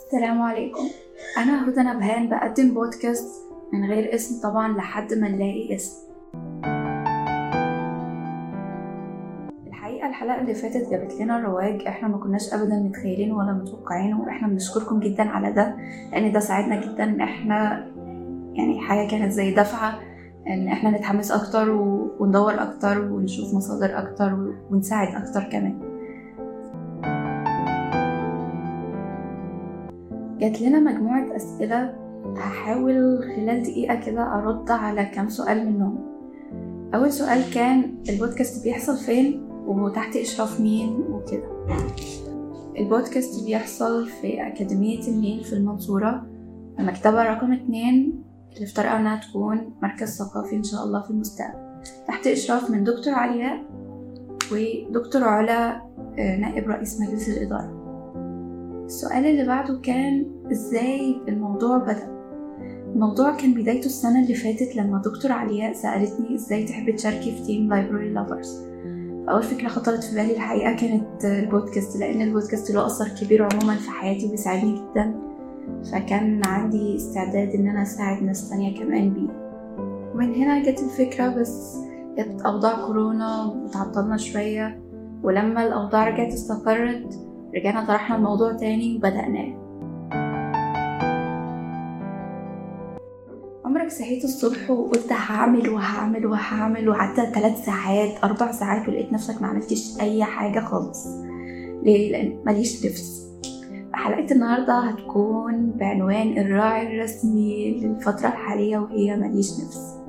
السلام عليكم. أنا هدى نبهان بقدم بودكاست من غير اسم طبعا لحد ما نلاقي اسم. الحقيقة الحلقة اللي فاتت جابت لنا رواج احنا ما كناش أبدا متخيلين ولا متوقعينه، واحنا بنشكركم جدا على ده لأن ده ساعدنا جدا ان احنا حاجة كانت زي دفعة ان احنا نتحمس أكتر وندور أكتر ونشوف مصادر أكتر ونساعد أكتر كمان. جات لنا مجموعة أسئلة هحاول خلال دقيقة كده أرد على كام سؤال منهم. أول سؤال كان البودكاست بيحصل فين وتحت إشراف مين وكده. البودكاست بيحصل في أكاديمية النيل في المنصورة، المكتبة رقم 2 اللي افترقوا أنها تكون مركز ثقافي إن شاء الله في المستقبل، تحت إشراف من دكتور علياء ودكتور علا نائب رئيس مجلس الإدارة. السؤال اللي بعده كان إزاي الموضوع بدأ. الموضوع كان بدايته السنة اللي فاتت لما دكتور علياء سألتني إزاي تحبي تشاركي في تيم لايبراري لافرز. أول فكرة خطرت في بالي الحقيقة كانت البودكاست، لأن البودكاست له أثر كبير عموما في حياتي وبيساعدني جدا، فكان عندي استعداد إن أنا أساعد ناس تانية كمان بيه. ومن هنا جت الفكرة، بس جت أوضاع كورونا وتعطلنا شوية، ولما الأوضاع رجعت استقرت رجعنا طرحنا الموضوع تاني وبدأناه. عمرك صحيت الصبح وقلت هعمل وعدت 3 ساعات 4 ساعات ولقيت نفسك ما عملتش اي حاجة خالص؟ ليه؟ لان ماليش نفس. حلقة النهاردة هتكون بعنوان الراعي الرسمي للفترة الحالية وهي ماليش نفس.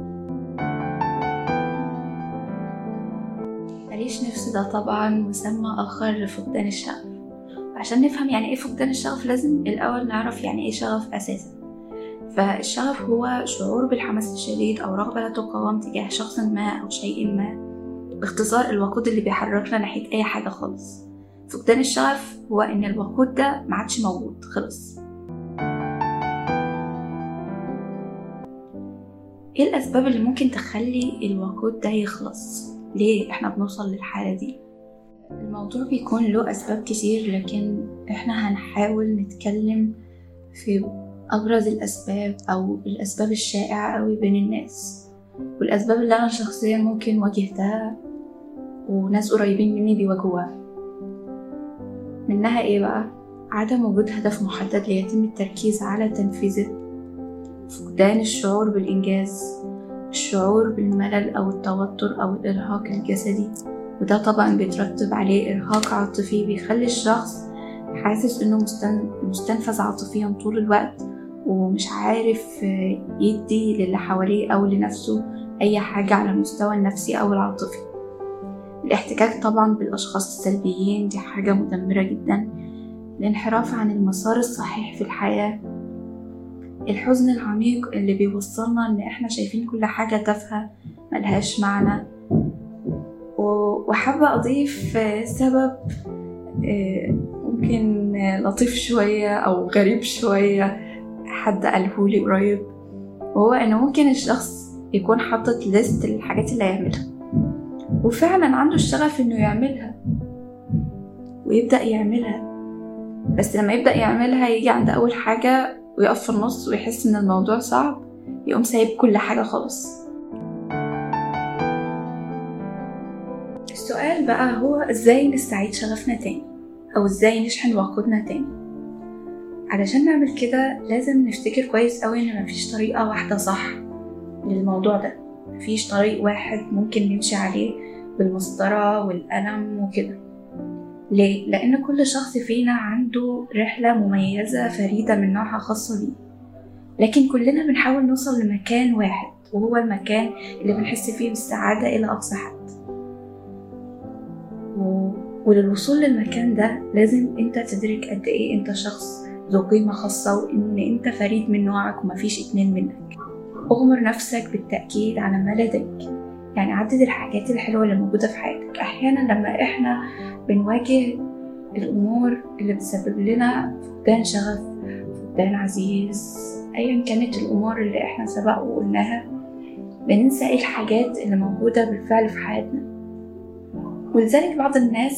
ماليش نفس ده طبعا مسمى آخر لفقدان الشغف. عشان نفهم يعني ايه فقدان الشغف لازم الأول نعرف يعني ايه شغف أساسا. فالشغف هو شعور بالحماس الشديد أو رغبة لا تقاوم تجاه شخص ما أو شيء ما، باختصار الوقود اللي بيحركنا ناحية أي حاجة خالص. فقدان الشغف هو إن الوقود ده ما عادش موجود، خلص. إيه الأسباب اللي ممكن تخلي الوقود ده يخلص؟ ليه إحنا بنوصل للحالة دي؟ الموضوع بيكون له أسباب كتير، لكن إحنا هنحاول نتكلم في أبرز الأسباب أو الأسباب الشائعة قوي بين الناس، والأسباب اللي أنا شخصيا ممكن واجهتها وناس قريبين مني بيواجهوها. منها إيه بقى؟ عدم وجود هدف محدد ليتم التركيز على تنفيذه، فقدان الشعور بالإنجاز، الشعور بالملل أو التوتر أو الإرهاق الجسدي، وده طبعا بيترتب عليه إرهاق عاطفي بيخلي الشخص حاسس إنه مستنفذ عاطفيا طول الوقت ومش عارف يدي للي حواليه أو لنفسه أي حاجة على المستوى النفسي أو العاطفي. الاحتكاك طبعا بالأشخاص السلبيين دي حاجة مدمرة جدا. الانحراف عن المسار الصحيح في الحياة، الحزن العميق اللي بيوصلنا إن إحنا شايفين كل حاجة تافهة ملهاش معنى. وحابة أضيف سبب ممكن لطيف شوية أو غريب شوية حد قالهولي قريب، وهو إنه ممكن الشخص يكون حاطط ليست للحاجات اللي هيعملها وفعلا عنده الشغف إنه يعملها ويبدأ يعملها، بس لما يبدأ يعملها يجي عند أول حاجة ويقف في النص ويحس إن الموضوع صعب، يقوم سايب كل حاجة خالص. السؤال بقى هو إزاي نستعيد شغفنا تاني أو إزاي نشحن وقودنا تاني. علشان نعمل كده لازم نفتكر كويس قوي إن مفيش طريقة واحدة صح للموضوع ده، مفيش طريق واحد ممكن نمشي عليه بالمسطرة والقلم وكده. ليه؟ لأن كل شخص فينا عنده رحلة مميزة فريدة من نوعها خاصة بيه، لكن كلنا بنحاول نوصل لمكان واحد وهو المكان اللي بنحس فيه بالسعادة إلى أقصى حد. وللوصول للمكان ده لازم انت تدرك قد ايه انت شخص ذو قيمة خاصة وان انت فريد من نوعك ومفيش 2 منك. اغمر نفسك بالتأكيد على ما لديك، يعني عدد الحاجات الحلوة اللي موجودة في حياتك. احيانا لما احنا بنواجه الامور اللي بتسبب لنا فقدان شغف، فقدان عزيز، ايا كانت الامور اللي احنا سبق وقلناها، بننسى ايه الحاجات اللي موجودة بالفعل في حياتنا. ولذلك بعض الناس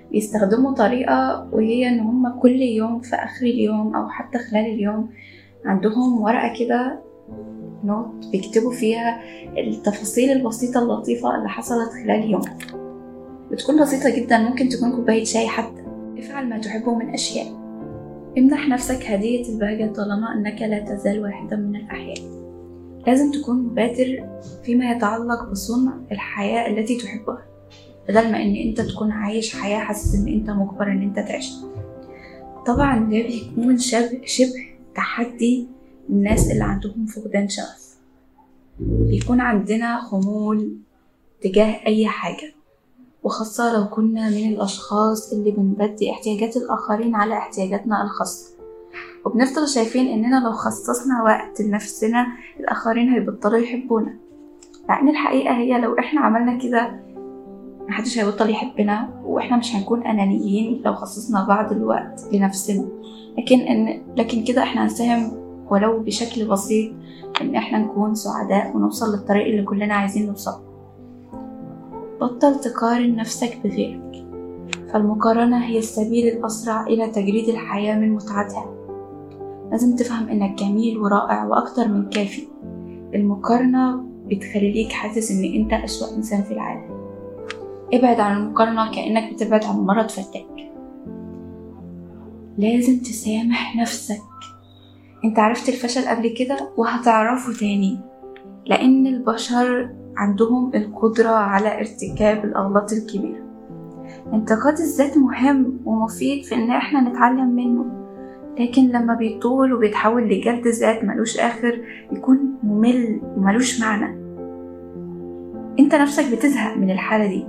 بيستخدموا طريقة وهي ان هم كل يوم في اخر اليوم او حتى خلال اليوم عندهم ورقة كده، نوت بيكتبوا فيها التفاصيل البسيطة اللطيفة اللي حصلت خلال يوم. بتكون بسيطة جدا، ممكن تكون كوباية شاي حتى. افعل ما تحبه من أشياء. امنح نفسك هدية البهجة طالما أنك لا تزال واحدا من الأحياء. لازم تكون مبادر فيما يتعلق بصنع الحياة التي تحبها، بدل ما ان انت تكون عايش حياة حاسس ان انت مجبر ان انت تعيشها. طبعا ده بيكون شبه تحدي الناس اللي عندهم فقدان شغف. بيكون عندنا خمول تجاه اي حاجة، وخاصة لو كنا من الاشخاص اللي بنبدي احتياجات الاخرين على احتياجاتنا الخاصة، وبنفضل شايفين اننا لو خصصنا وقت لنفسنا الاخرين هيبطلوا يحبونا. لان الحقيقة هي لو احنا عملنا كده محدش هيبطل يحبنا، واحنا مش هنكون انانيين لو خصصنا بعض الوقت لنفسنا. لكن كده احنا هنساهم ولو بشكل بسيط ان احنا نكون سعداء ونوصل للطريق اللي كلنا عايزين نوصل. بطل تقارن نفسك بغيرك، فالمقارنة هي السبيل الاسرع الى تجريد الحياة من متعتها. لازم تفهم انك جميل ورائع واكتر من كافي. المقارنة بتخليك حاسس ان انت اسوأ انسان في العالم. ابعد عن المقارنة كأنك بتبعد عن مرض فتاك. لازم تسامح نفسك. انت عرفت الفشل قبل كده وهتعرفه تاني، لأن البشر عندهم القدرة على ارتكاب الأغلاط الكبيرة. انتقاد الذات مهم ومفيد في ان احنا نتعلم منه، لكن لما بيطول وبيتحول لجلد ذات ملوش آخر يكون ممل وملوش معنى. انت نفسك بتزهق من الحالة دي.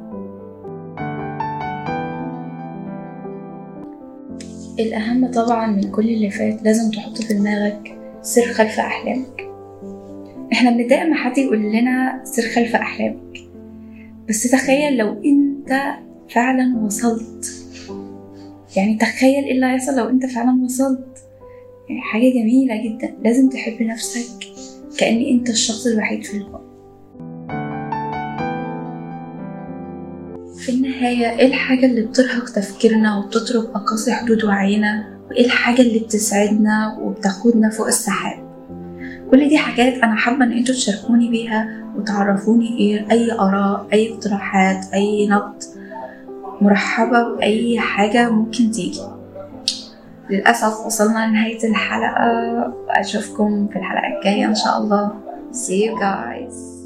الأهم طبعا من كل اللي فات لازم تحط في دماغك سر خلف أحلامك. احنا بنتضايق ما حد يقول لنا سر خلف أحلامك، بس تخيل لو انت فعلا وصلت. يعني تخيل ايه اللي هيحصل لو انت فعلا وصلت. يعني حاجة جميلة جدا. لازم تحب نفسك كأن انت الشخص الوحيد في الكون. في النهاية ايه الحاجة اللي بترهق تفكيرنا وبتترك أقاصي حدود وعينا، وايه الحاجة اللي بتسعدنا وبتاخدنا فوق السحاب؟ كل دي حاجات أنا حابة إن انتوا تشاركوني بيها وتعرفوني أي آراء، أي اقتراحات، أي نقد. مرحبة بأي حاجة ممكن تيجي. للأسف وصلنا لنهاية الحلقة، أشوفكم في الحلقة الجاية إن شاء الله. See you guys.